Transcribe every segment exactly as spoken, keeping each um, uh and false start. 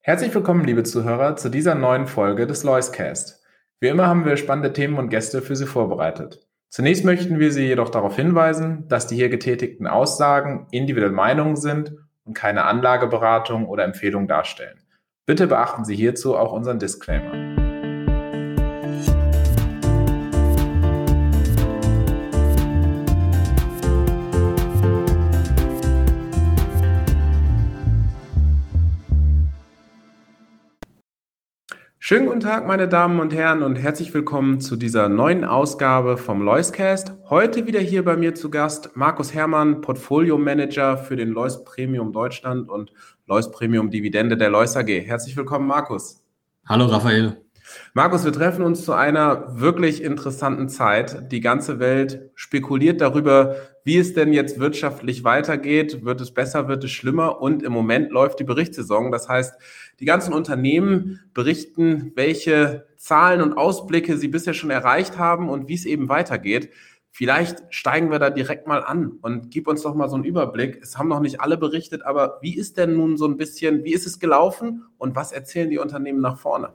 Herzlich willkommen, liebe Zuhörer, zu dieser neuen Folge des Loiscast. Wie immer haben wir spannende Themen und Gäste für Sie vorbereitet. Zunächst möchten wir Sie jedoch darauf hinweisen, dass die hier getätigten Aussagen individuelle Meinungen sind und keine Anlageberatung oder Empfehlung darstellen. Bitte beachten Sie hierzu auch unseren Disclaimer. Schönen guten Tag, meine Damen und Herren, und herzlich willkommen zu dieser neuen Ausgabe vom Loiscast. Heute wieder hier bei mir zu Gast Markus Herrmann, Portfolio Manager für den Lois Premium Deutschland und Lois Premium Dividende der Lois A G. Herzlich willkommen, Markus. Hallo, Raphael. Markus, wir treffen uns zu einer wirklich interessanten Zeit. Die ganze Welt spekuliert darüber, wie es denn jetzt wirtschaftlich weitergeht. Wird es besser, wird es schlimmer? Und im Moment läuft die Berichtssaison. Das heißt, die ganzen Unternehmen berichten, welche Zahlen und Ausblicke sie bisher schon erreicht haben und wie es eben weitergeht. Vielleicht steigen wir da direkt mal an und gib uns doch mal so einen Überblick. Es haben noch nicht alle berichtet, aber wie ist denn nun so ein bisschen, wie ist es gelaufen und was erzählen die Unternehmen nach vorne?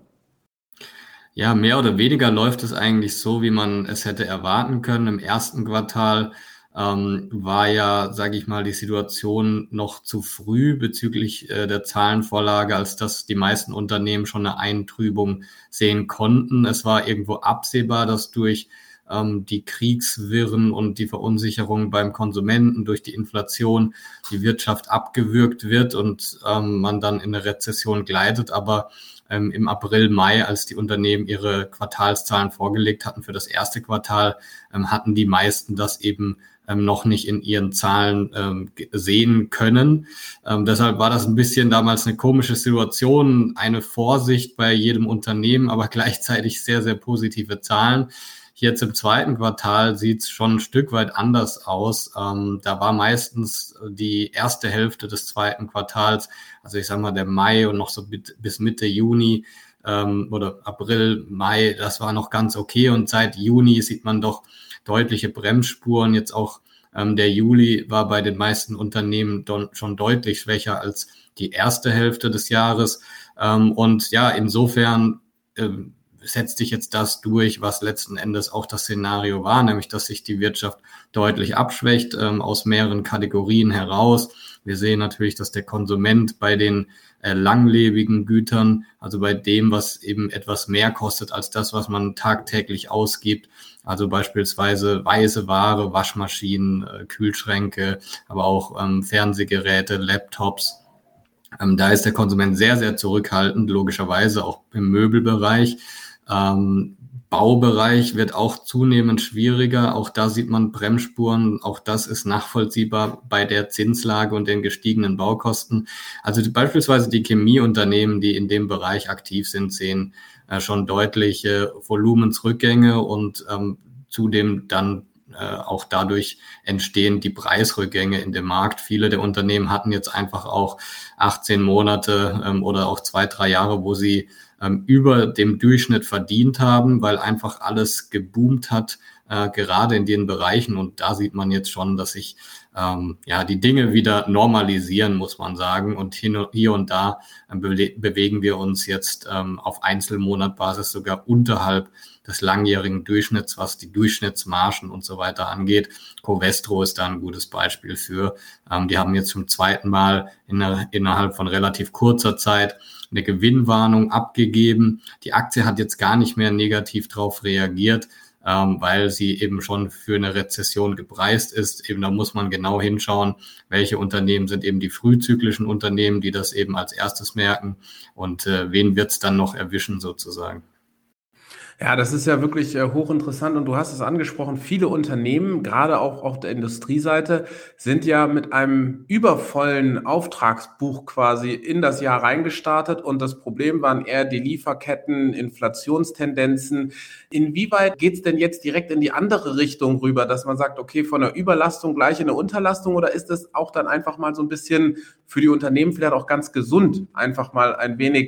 Ja, mehr oder weniger läuft es eigentlich so, wie man es hätte erwarten können. Im ersten Quartal ähm, war ja, sage ich mal, die Situation noch zu früh bezüglich äh, der Zahlenvorlage, als dass die meisten Unternehmen schon eine Eintrübung sehen konnten. Es war irgendwo absehbar, dass durch ähm, die Kriegswirren und die Verunsicherung beim Konsumenten, durch die Inflation, die Wirtschaft abgewürgt wird und ähm, man dann in eine Rezession gleitet. Aber im April, Mai, als die Unternehmen ihre Quartalszahlen vorgelegt hatten für das erste Quartal, hatten die meisten das eben noch nicht in ihren Zahlen sehen können. Deshalb war das ein bisschen damals eine komische Situation, eine Vorsicht bei jedem Unternehmen, aber gleichzeitig sehr, sehr positive Zahlen. Jetzt im zweiten Quartal sieht es schon ein Stück weit anders aus. Ähm, da war meistens die erste Hälfte des zweiten Quartals, also ich sage mal der Mai und noch so mit, bis Mitte Juni ähm, oder April, Mai, das war noch ganz okay. Und seit Juni sieht man doch deutliche Bremsspuren. Jetzt auch ähm, der Juli war bei den meisten Unternehmen don, schon deutlich schwächer als die erste Hälfte des Jahres. Ähm, und ja, insofern ähm, setzt sich jetzt das durch, was letzten Endes auch das Szenario war, nämlich dass sich die Wirtschaft deutlich abschwächt, ähm, aus mehreren Kategorien heraus. Wir sehen natürlich, dass der Konsument bei den äh, langlebigen Gütern, also bei dem, was eben etwas mehr kostet als das, was man tagtäglich ausgibt, also beispielsweise weiße Ware, Waschmaschinen, äh, Kühlschränke, aber auch ähm, Fernsehgeräte, Laptops. Ähm, da ist der Konsument sehr, sehr zurückhaltend, logischerweise auch im Möbelbereich. Ähm, Baubereich wird auch zunehmend schwieriger. Auch da sieht man Bremsspuren. Auch das ist nachvollziehbar bei der Zinslage und den gestiegenen Baukosten. Also die, beispielsweise die Chemieunternehmen, die in dem Bereich aktiv sind, sehen äh, schon deutliche Volumensrückgänge und ähm, zudem dann äh, auch dadurch entstehen die Preisrückgänge in dem Markt. Viele der Unternehmen hatten jetzt einfach auch achtzehn Monate ähm, oder auch zwei, drei Jahre, wo sie über dem Durchschnitt verdient haben, weil einfach alles geboomt hat, äh, gerade in den Bereichen. Und da sieht man jetzt schon, dass sich ähm, ja die Dinge wieder normalisieren, muss man sagen. Und hin, hier und da äh, be- bewegen wir uns jetzt ähm, auf Einzelmonatbasis sogar unterhalb des langjährigen Durchschnitts, was die Durchschnittsmargen und so weiter angeht. Covestro ist da ein gutes Beispiel für. Ähm, die haben jetzt zum zweiten Mal in einer, innerhalb von relativ kurzer Zeit eine Gewinnwarnung abgegeben. Die Aktie hat jetzt gar nicht mehr negativ drauf reagiert, ähm, weil sie eben schon für eine Rezession gepreist ist. Eben da muss man genau hinschauen, welche Unternehmen sind eben die frühzyklischen Unternehmen, die das eben als erstes merken und äh, wen wird's dann noch erwischen sozusagen. Ja, das ist ja wirklich äh, hochinteressant und du hast es angesprochen, viele Unternehmen, gerade auch auf der Industrieseite, sind ja mit einem übervollen Auftragsbuch quasi in das Jahr reingestartet und das Problem waren eher die Lieferketten, Inflationstendenzen. Inwieweit geht es denn jetzt direkt in die andere Richtung rüber, dass man sagt, okay, von der Überlastung gleich in eine Unterlastung oder ist es auch dann einfach mal so ein bisschen für die Unternehmen vielleicht auch ganz gesund, einfach mal ein wenig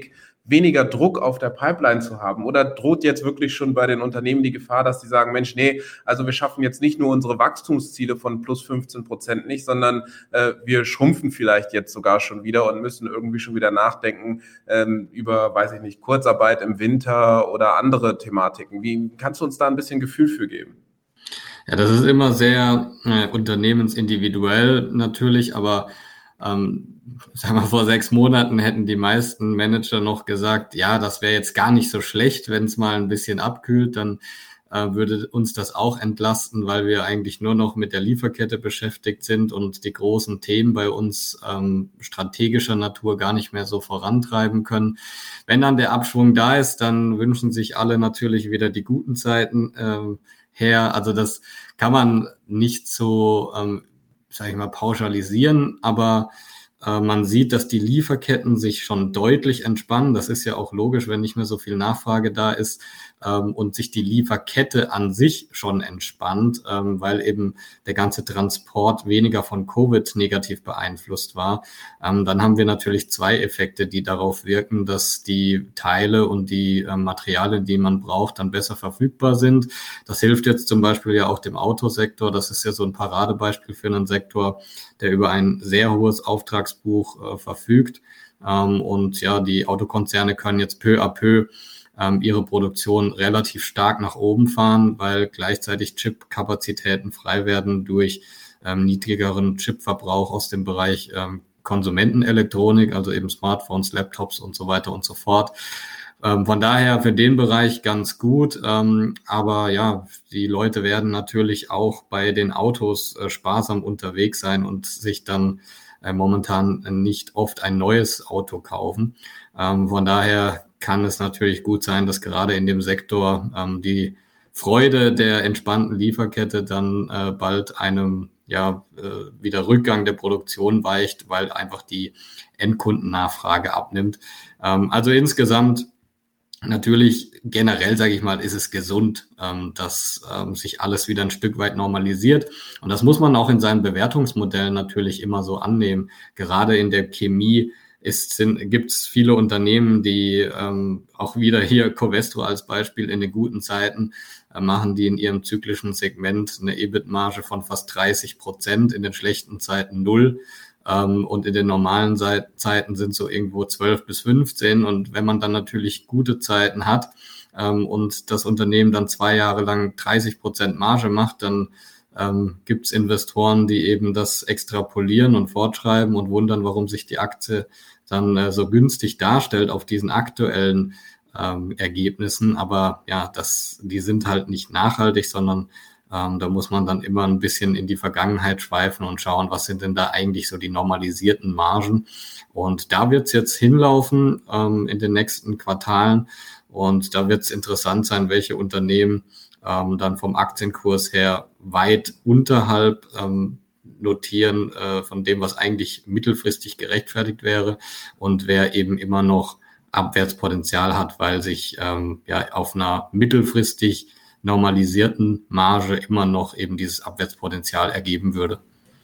weniger Druck auf der Pipeline zu haben? Oder droht jetzt wirklich schon bei den Unternehmen die Gefahr, dass sie sagen, Mensch, nee, also wir schaffen jetzt nicht nur unsere Wachstumsziele von plus fünfzehn Prozent nicht, sondern äh, wir schrumpfen vielleicht jetzt sogar schon wieder und müssen irgendwie schon wieder nachdenken ähm, über, weiß ich nicht, Kurzarbeit im Winter oder andere Thematiken. Wie kannst du uns da ein bisschen Gefühl für geben? Ja, das ist immer sehr äh, unternehmensindividuell natürlich, aber ähm, sagen wir, vor sechs Monaten hätten die meisten Manager noch gesagt, ja, das wäre jetzt gar nicht so schlecht, wenn es mal ein bisschen abkühlt, dann äh, würde uns das auch entlasten, weil wir eigentlich nur noch mit der Lieferkette beschäftigt sind und die großen Themen bei uns ähm, strategischer Natur gar nicht mehr so vorantreiben können. Wenn dann der Abschwung da ist, dann wünschen sich alle natürlich wieder die guten Zeiten ähm, her. Also das kann man nicht so, ähm, sage ich mal, pauschalisieren, aber äh, man sieht, dass die Lieferketten sich schon deutlich entspannen. Das ist ja auch logisch, wenn nicht mehr so viel Nachfrage da ist ähm, und sich die Lieferkette an sich schon entspannt, ähm, weil eben der ganze Transport weniger von Covid negativ beeinflusst war. Ähm, dann haben wir natürlich zwei Effekte, die darauf wirken, dass die Teile und die äh, Materialien, die man braucht, dann besser verfügbar sind. Das hilft jetzt zum Beispiel ja auch dem Autosektor. Das ist ja so ein Paradebeispiel für einen Sektor, der über ein sehr hohes Auftragsbuch äh, verfügt. Ähm, und ja, die Autokonzerne können jetzt peu à peu ähm, ihre Produktion relativ stark nach oben fahren, weil gleichzeitig Chipkapazitäten frei werden durch ähm, niedrigeren Chipverbrauch aus dem Bereich ähm, Konsumentenelektronik, also eben Smartphones, Laptops und so weiter und so fort. Ähm, von daher für den Bereich ganz gut. Ähm, aber ja, die Leute werden natürlich auch bei den Autos äh, sparsam unterwegs sein und sich dann äh, momentan nicht oft ein neues Auto kaufen. Ähm, von daher kann es natürlich gut sein, dass gerade in dem Sektor ähm, die Freude der entspannten Lieferkette dann äh, bald einem ja äh, wieder Rückgang der Produktion weicht, weil einfach die Endkundennachfrage abnimmt. Ähm, also insgesamt natürlich generell, sage ich mal, ist es gesund, ähm, dass ähm, sich alles wieder ein Stück weit normalisiert. Und das muss man auch in seinen Bewertungsmodellen natürlich immer so annehmen. Gerade in der Chemie ist, sind, gibt es viele Unternehmen, die ähm, auch wieder hier Covestro als Beispiel in den guten Zeiten äh, machen, die in ihrem zyklischen Segment eine E B I T-Marge von fast dreißig Prozent, in den schlechten Zeiten null. Um, und in den normalen Zeiten sind so irgendwo zwölf bis fünfzehn. Und wenn man dann natürlich gute Zeiten hat um, und das Unternehmen dann zwei Jahre lang dreißig Prozent Marge macht, dann um, gibt es Investoren, die eben das extrapolieren und fortschreiben und wundern, warum sich die Aktie dann uh, so günstig darstellt auf diesen aktuellen um, Ergebnissen. Aber ja, das, die sind halt nicht nachhaltig, sondern Ähm, da muss man dann immer ein bisschen in die Vergangenheit schweifen und schauen, was sind denn da eigentlich so die normalisierten Margen. Und da wird es jetzt hinlaufen ähm, in den nächsten Quartalen. Und da wird es interessant sein, welche Unternehmen ähm, dann vom Aktienkurs her weit unterhalb ähm, notieren äh, von dem, was eigentlich mittelfristig gerechtfertigt wäre und wer eben immer noch Abwärtspotenzial hat, weil sich ähm, ja auf einer mittelfristig normalisierten Marge immer noch eben dieses Abwärtspotenzial ergeben würde.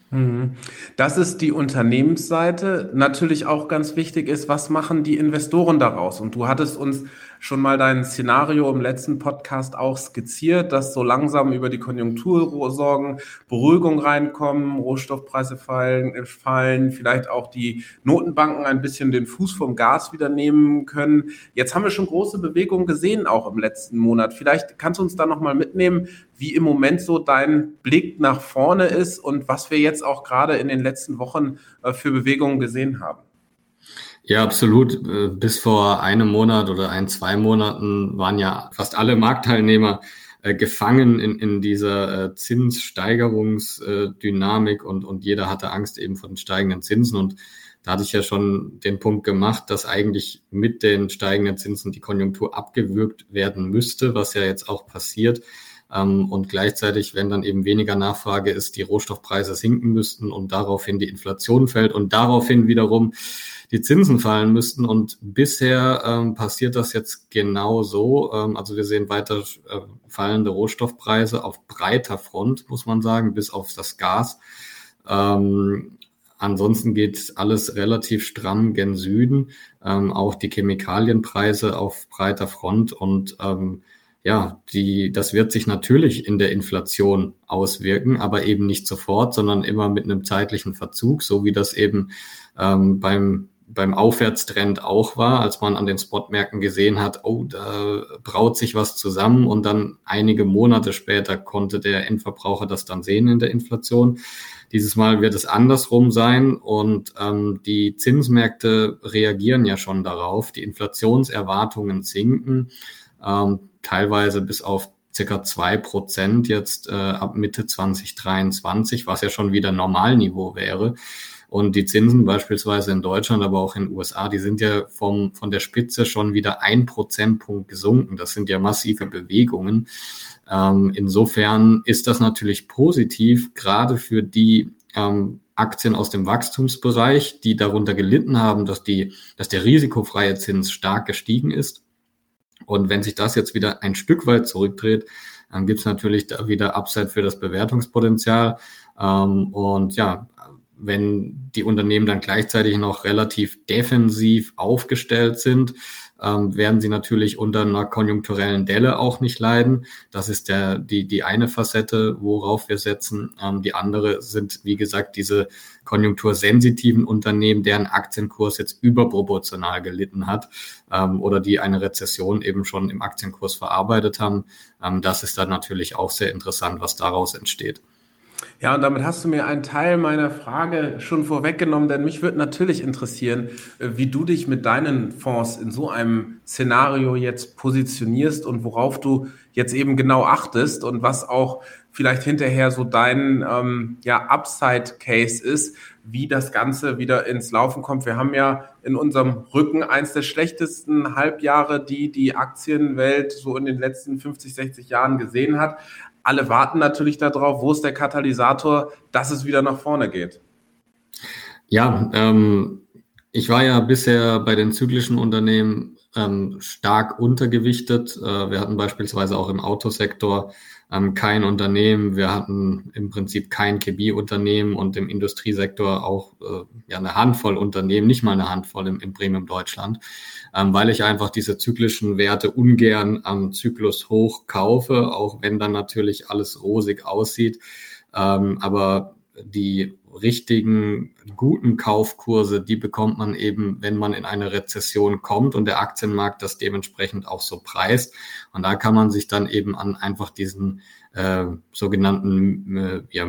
Das ist die Unternehmensseite. Natürlich auch ganz wichtig ist, was machen die Investoren daraus? Und du hattest uns schon mal dein Szenario im letzten Podcast auch skizziert, dass so langsam über die Konjunktursorgen Beruhigung reinkommen, Rohstoffpreise fallen, fallen, vielleicht auch die Notenbanken ein bisschen den Fuß vom Gas wieder nehmen können. Jetzt haben wir schon große Bewegungen gesehen, auch im letzten Monat. Vielleicht kannst du uns da nochmal mitnehmen, wie im Moment so dein Blick nach vorne ist und was wir jetzt auch gerade in den letzten Wochen äh, für Bewegungen gesehen haben. Ja, absolut. Bis vor einem Monat oder ein, zwei Monaten waren ja fast alle Marktteilnehmer äh, gefangen in, in dieser äh, Zinssteigerungsdynamik und, und jeder hatte Angst eben vor den steigenden Zinsen. Und da hatte ich ja schon den Punkt gemacht, dass eigentlich mit den steigenden Zinsen die Konjunktur abgewürgt werden müsste, was ja jetzt auch passiert. Und gleichzeitig, wenn dann eben weniger Nachfrage ist, die Rohstoffpreise sinken müssten und daraufhin die Inflation fällt und daraufhin wiederum die Zinsen fallen müssten. Und bisher ähm, passiert das jetzt genau so. Ähm, also wir sehen weiter äh, fallende Rohstoffpreise auf breiter Front, muss man sagen, bis auf das Gas. Ähm, ansonsten geht alles relativ stramm gen Süden, ähm, auch die Chemikalienpreise auf breiter Front und ähm, ja, die, das wird sich natürlich in der Inflation auswirken, aber eben nicht sofort, sondern immer mit einem zeitlichen Verzug, so wie das eben ähm, beim beim Aufwärtstrend auch war, als man an den Spotmärkten gesehen hat, oh, da braut sich was zusammen und dann einige Monate später konnte der Endverbraucher das dann sehen in der Inflation. Dieses Mal wird es andersrum sein und ähm, die Zinsmärkte reagieren ja schon darauf. Die Inflationserwartungen sinken, ähm, teilweise bis auf circa zwei Prozent jetzt äh, ab Mitte zwanzig dreiundzwanzig, was ja schon wieder Normalniveau wäre. Und die Zinsen beispielsweise in Deutschland, aber auch in den U S A, die sind ja vom, von der Spitze schon wieder ein Prozentpunkt gesunken. Das sind ja massive Bewegungen. Ähm, insofern ist das natürlich positiv, gerade für die ähm, Aktien aus dem Wachstumsbereich, die darunter gelitten haben, dass die, dass der risikofreie Zins stark gestiegen ist. Und wenn sich das jetzt wieder ein Stück weit zurückdreht, dann gibt es natürlich da wieder Upside für das Bewertungspotenzial. Ähm, und ja, wenn die Unternehmen dann gleichzeitig noch relativ defensiv aufgestellt sind, ähm, werden sie natürlich unter einer konjunkturellen Delle auch nicht leiden. Das ist der, die, die eine Facette, worauf wir setzen. Ähm, die andere sind, wie gesagt, diese konjunktursensitiven Unternehmen, deren Aktienkurs jetzt überproportional gelitten hat, ähm, oder die eine Rezession eben schon im Aktienkurs verarbeitet haben. Ähm, das ist dann natürlich auch sehr interessant, was daraus entsteht. Ja, und damit hast du mir einen Teil meiner Frage schon vorweggenommen, denn mich würde natürlich interessieren, wie du dich mit deinen Fonds in so einem Szenario jetzt positionierst und worauf du jetzt eben genau achtest und was auch vielleicht hinterher so dein ähm, ja, Upside-Case ist, wie das Ganze wieder ins Laufen kommt. Wir haben ja in unserem Rücken eins der schlechtesten Halbjahre, die die Aktienwelt so in den letzten fünfzig, sechzig Jahren gesehen hat. Alle warten natürlich darauf, wo ist der Katalysator, dass es wieder nach vorne geht. Ja, ähm, ich war ja bisher bei den zyklischen Unternehmen ähm, stark untergewichtet. Äh, wir hatten beispielsweise auch im Autosektor ähm, kein Unternehmen. Wir hatten im Prinzip kein Chemieunternehmen und im Industriesektor auch äh, ja eine Handvoll Unternehmen, nicht mal eine Handvoll im, im Premium Deutschland, ähm, weil ich einfach diese zyklischen Werte ungern am Zyklus hoch kaufe, auch wenn dann natürlich alles rosig aussieht. Ähm, aber die richtigen, guten Kaufkurse, die bekommt man eben, wenn man in eine Rezession kommt und der Aktienmarkt das dementsprechend auch so preist. Und da kann man sich dann eben an einfach diesen äh, sogenannten äh, ja,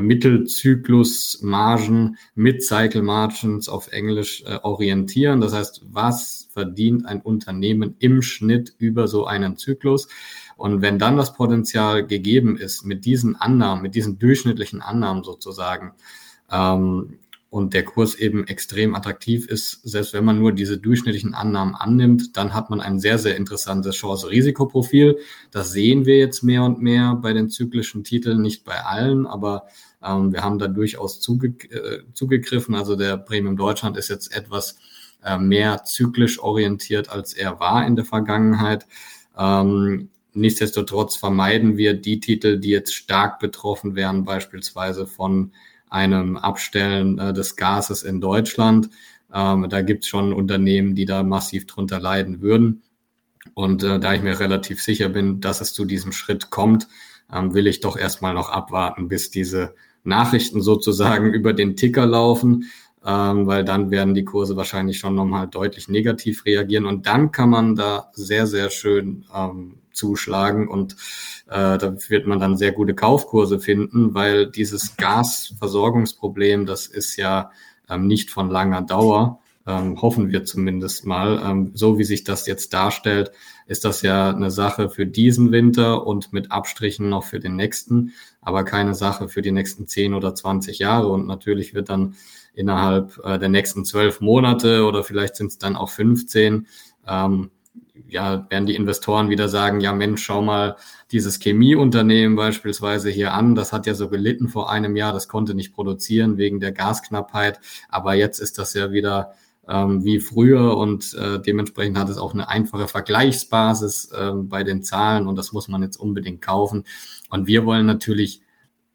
Mittelzyklus-Margen, Mid-Cycle-Margins auf Englisch äh, orientieren. Das heißt, was verdient ein Unternehmen im Schnitt über so einen Zyklus? Und wenn dann das Potenzial gegeben ist, mit diesen Annahmen, mit diesen durchschnittlichen Annahmen sozusagen, ähm, und der Kurs eben extrem attraktiv ist, selbst wenn man nur diese durchschnittlichen Annahmen annimmt, dann hat man ein sehr, sehr interessantes Chance-Risikoprofil. Das sehen wir jetzt mehr und mehr bei den zyklischen Titeln, nicht bei allen, aber ähm, wir haben da durchaus zuge- äh, zugegriffen. Also der Premium Deutschland ist jetzt etwas äh, mehr zyklisch orientiert, als er war in der Vergangenheit. Ähm, Nichtsdestotrotz vermeiden wir die Titel, die jetzt stark betroffen wären, beispielsweise von einem Abstellen äh, des Gases in Deutschland. Ähm, da gibt es schon Unternehmen, die da massiv drunter leiden würden. Und äh, da ich mir relativ sicher bin, dass es zu diesem Schritt kommt, ähm, will ich doch erstmal noch abwarten, bis diese Nachrichten sozusagen über den Ticker laufen, ähm, weil dann werden die Kurse wahrscheinlich schon nochmal deutlich negativ reagieren. Und dann kann man da sehr, sehr schön ähm, zuschlagen und äh, da wird man dann sehr gute Kaufkurse finden, weil dieses Gasversorgungsproblem, das ist ja ähm, nicht von langer Dauer, ähm, hoffen wir zumindest mal. Ähm, so wie sich das jetzt darstellt, ist das ja eine Sache für diesen Winter und mit Abstrichen noch für den nächsten, aber keine Sache für die nächsten zehn oder zwanzig Jahre. Und natürlich wird dann innerhalb äh, der nächsten zwölf Monate oder vielleicht sind es dann auch fünfzehn, ähm, ja, werden die Investoren wieder sagen, ja Mensch, schau mal dieses Chemieunternehmen beispielsweise hier an, das hat ja so gelitten vor einem Jahr, das konnte nicht produzieren wegen der Gasknappheit, aber jetzt ist das ja wieder ähm, wie früher und äh, dementsprechend hat es auch eine einfache Vergleichsbasis äh, bei den Zahlen und das muss man jetzt unbedingt kaufen. Und wir wollen natürlich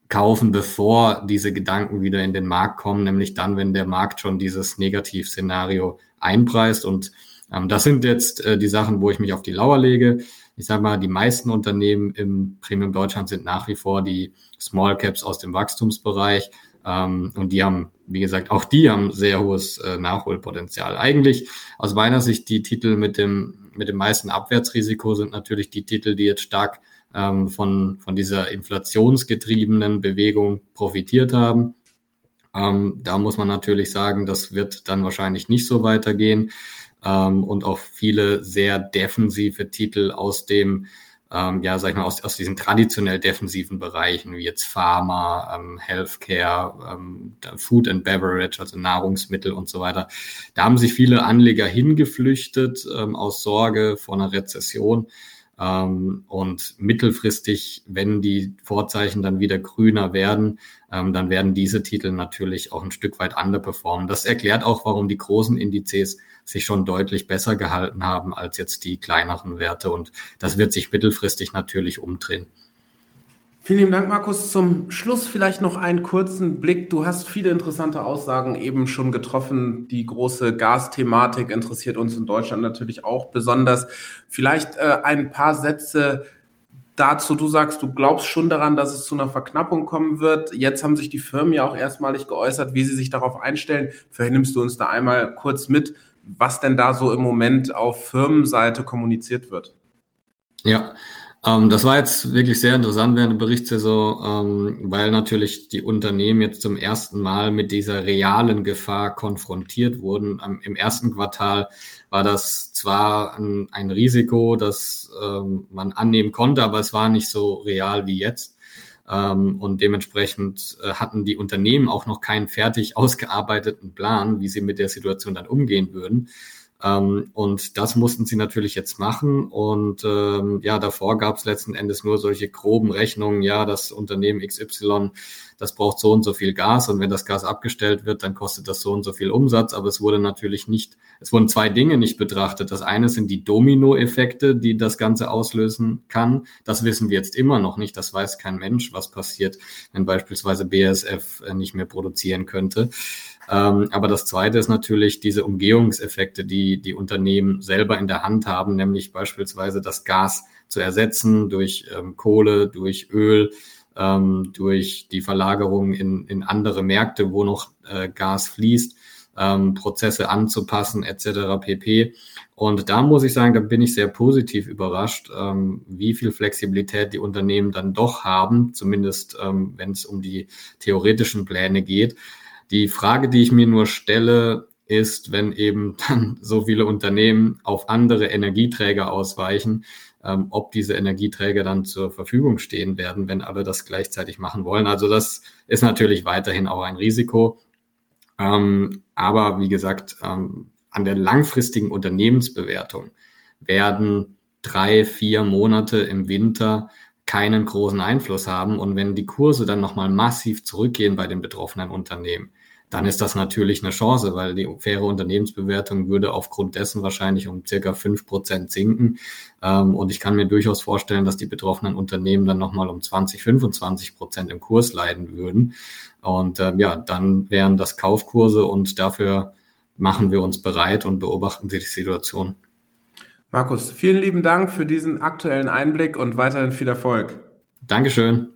kaufen, bevor diese Gedanken wieder in den Markt kommen, nämlich dann, wenn der Markt schon dieses Negativszenario einpreist. Und ähm, das sind jetzt äh, die Sachen, wo ich mich auf die Lauer lege. Ich sage mal, die meisten Unternehmen im Premium Deutschland sind nach wie vor die Small Caps aus dem Wachstumsbereich. Ähm, und die haben, wie gesagt, auch die haben sehr hohes äh, Nachholpotenzial. Eigentlich aus meiner Sicht die Titel mit dem, mit dem meisten Abwärtsrisiko sind natürlich die Titel, die jetzt stark ähm, von, von dieser inflationsgetriebenen Bewegung profitiert haben. Ähm, da muss man natürlich sagen, das wird dann wahrscheinlich nicht so weitergehen. Ähm, und auch viele sehr defensive Titel aus dem, ähm, ja, sag ich mal, aus, aus diesen traditionell defensiven Bereichen, wie jetzt Pharma, ähm, Healthcare, ähm, Food and Beverage, also Nahrungsmittel und so weiter. Da haben sich viele Anleger hingeflüchtet, ähm, aus Sorge vor einer Rezession. Ähm, und mittelfristig, wenn die Vorzeichen dann wieder grüner werden, ähm, dann werden diese Titel natürlich auch ein Stück weit underperformen. Das erklärt auch, warum die großen Indizes sich schon deutlich besser gehalten haben als jetzt die kleineren Werte. Und das wird sich mittelfristig natürlich umdrehen. Vielen lieben Dank, Markus. Zum Schluss vielleicht noch einen kurzen Blick. Du hast viele interessante Aussagen eben schon getroffen. Die große Gasthematik interessiert uns in Deutschland natürlich auch besonders. Vielleicht äh, ein paar Sätze dazu. Du sagst, du glaubst schon daran, dass es zu einer Verknappung kommen wird. Jetzt haben sich die Firmen ja auch erstmalig geäußert, wie sie sich darauf einstellen. Vielleicht nimmst du uns da einmal kurz mit, was denn da so im Moment auf Firmenseite kommuniziert wird. Ja, ähm, das war jetzt wirklich sehr interessant während der Berichtssaison, ähm, weil natürlich die Unternehmen jetzt zum ersten Mal mit dieser realen Gefahr konfrontiert wurden. Ähm, Im ersten Quartal war das zwar ein, ein Risiko, das ähm, man annehmen konnte, aber es war nicht so real wie jetzt. Ähm, und dementsprechend äh, hatten die Unternehmen auch noch keinen fertig ausgearbeiteten Plan, wie sie mit der Situation dann umgehen würden. Ähm, und das mussten sie natürlich jetzt machen. Und ähm, ja, davor gab es letzten Endes nur solche groben Rechnungen. Ja, das Unternehmen X Y, das braucht so und so viel Gas. Und wenn das Gas abgestellt wird, dann kostet das so und so viel Umsatz. Aber es wurde natürlich nicht, es wurden zwei Dinge nicht betrachtet. Das eine sind die Dominoeffekte, die das Ganze auslösen kann. Das wissen wir jetzt immer noch nicht. Das weiß kein Mensch, was passiert, wenn beispielsweise B A S F nicht mehr produzieren könnte. Ähm, aber das Zweite ist natürlich diese Umgehungseffekte, die die Unternehmen selber in der Hand haben, nämlich beispielsweise das Gas zu ersetzen durch ähm, Kohle, durch Öl, ähm, durch die Verlagerung in, in andere Märkte, wo noch äh, Gas fließt, ähm, Prozesse anzupassen et cetera pp. Und da muss ich sagen, da bin ich sehr positiv überrascht, ähm, wie viel Flexibilität die Unternehmen dann doch haben, zumindest ähm, wenn es um die theoretischen Pläne geht. Die Frage, die ich mir nur stelle, ist, wenn eben dann so viele Unternehmen auf andere Energieträger ausweichen, ähm, ob diese Energieträger dann zur Verfügung stehen werden, wenn alle das gleichzeitig machen wollen. Also das ist natürlich weiterhin auch ein Risiko. Ähm, aber wie gesagt, ähm, an der langfristigen Unternehmensbewertung werden drei, vier Monate im Winter keinen großen Einfluss haben. Und wenn die Kurse dann nochmal massiv zurückgehen bei den betroffenen Unternehmen, dann ist das natürlich eine Chance, weil die faire Unternehmensbewertung würde aufgrund dessen wahrscheinlich um circa fünf Prozent sinken. Und ich kann mir durchaus vorstellen, dass die betroffenen Unternehmen dann nochmal um zwanzig, fünfundzwanzig Prozent im Kurs leiden würden. Und ja, dann wären das Kaufkurse und dafür machen wir uns bereit und beobachten Sie die Situation. Markus, vielen lieben Dank für diesen aktuellen Einblick und weiterhin viel Erfolg. Dankeschön.